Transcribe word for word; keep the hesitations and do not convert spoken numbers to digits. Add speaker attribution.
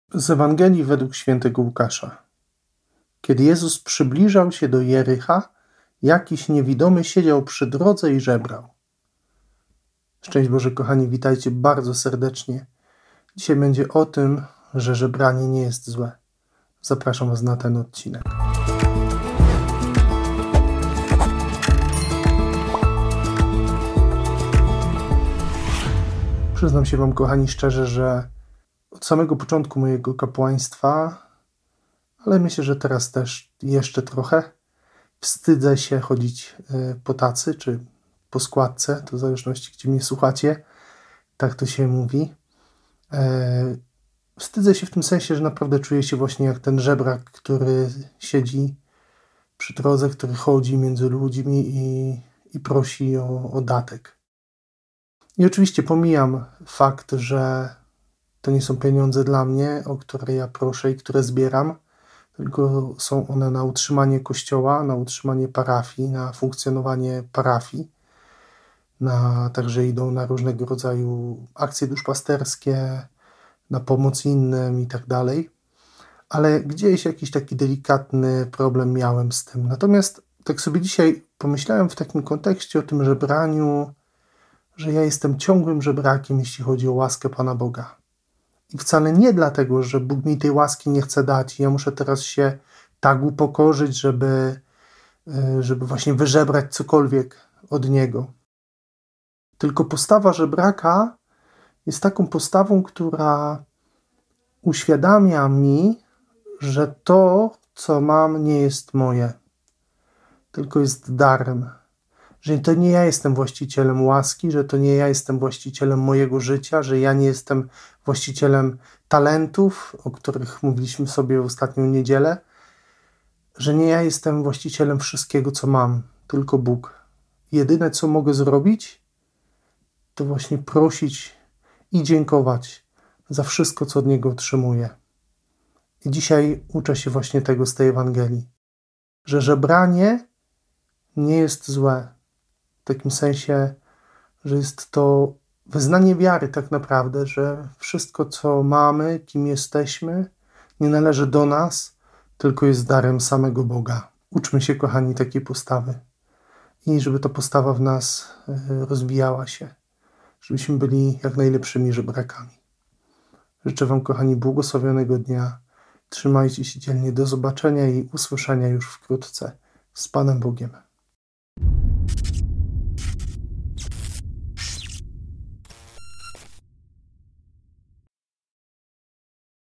Speaker 1: Z Ewangelii według świętego Łukasza. Kiedy Jezus przybliżał się do Jericha, jakiś niewidomy siedział przy drodze i żebrał. Szczęść Boże, kochani, witajcie bardzo serdecznie. Dzisiaj będzie o tym, że żebranie nie jest złe. Zapraszam Was na ten odcinek. Przyznam się Wam, kochani, szczerze, że od samego początku mojego kapłaństwa, ale myślę, że teraz też jeszcze trochę, wstydzę się chodzić po tacy, czy po składce, to w zależności, gdzie mnie słuchacie, tak to się mówi. Wstydzę się w tym sensie, że naprawdę czuję się właśnie jak ten żebrak, który siedzi przy drodze, który chodzi między ludźmi i, i prosi o, o datek. I oczywiście pomijam fakt, że to nie są pieniądze dla mnie, o które ja proszę i które zbieram, tylko są one na utrzymanie kościoła, na utrzymanie parafii, na funkcjonowanie parafii. Na, także idą na różnego rodzaju akcje duszpasterskie, na pomoc innym i tak dalej. Ale gdzieś jakiś taki delikatny problem miałem z tym. Natomiast tak sobie dzisiaj pomyślałem w takim kontekście o tym żebraniu, że ja jestem ciągłym żebrakiem, jeśli chodzi o łaskę Pana Boga. I wcale nie dlatego, że Bóg mi tej łaski nie chce dać. Ja muszę teraz się tak upokorzyć, żeby, żeby właśnie wyżebrać cokolwiek od Niego. Tylko postawa żebraka jest taką postawą, która uświadamia mi, że to, co mam, nie jest moje, tylko jest darem. Że to nie ja jestem właścicielem łaski, że to nie ja jestem właścicielem mojego życia, że ja nie jestem właścicielem talentów, o których mówiliśmy sobie w ostatnią niedzielę, że nie ja jestem właścicielem wszystkiego, co mam, tylko Bóg. Jedyne, co mogę zrobić, to właśnie prosić i dziękować za wszystko, co od Niego otrzymuję. I dzisiaj uczę się właśnie tego z tej Ewangelii, że żebranie nie jest złe. W takim sensie, że jest to wyznanie wiary tak naprawdę, że wszystko, co mamy, kim jesteśmy, nie należy do nas, tylko jest darem samego Boga. Uczmy się, kochani, takiej postawy i żeby ta postawa w nas rozwijała się, żebyśmy byli jak najlepszymi żebrakami. Życzę Wam, kochani, błogosławionego dnia. Trzymajcie się dzielnie. Do zobaczenia i usłyszenia już wkrótce. Z Panem Bogiem.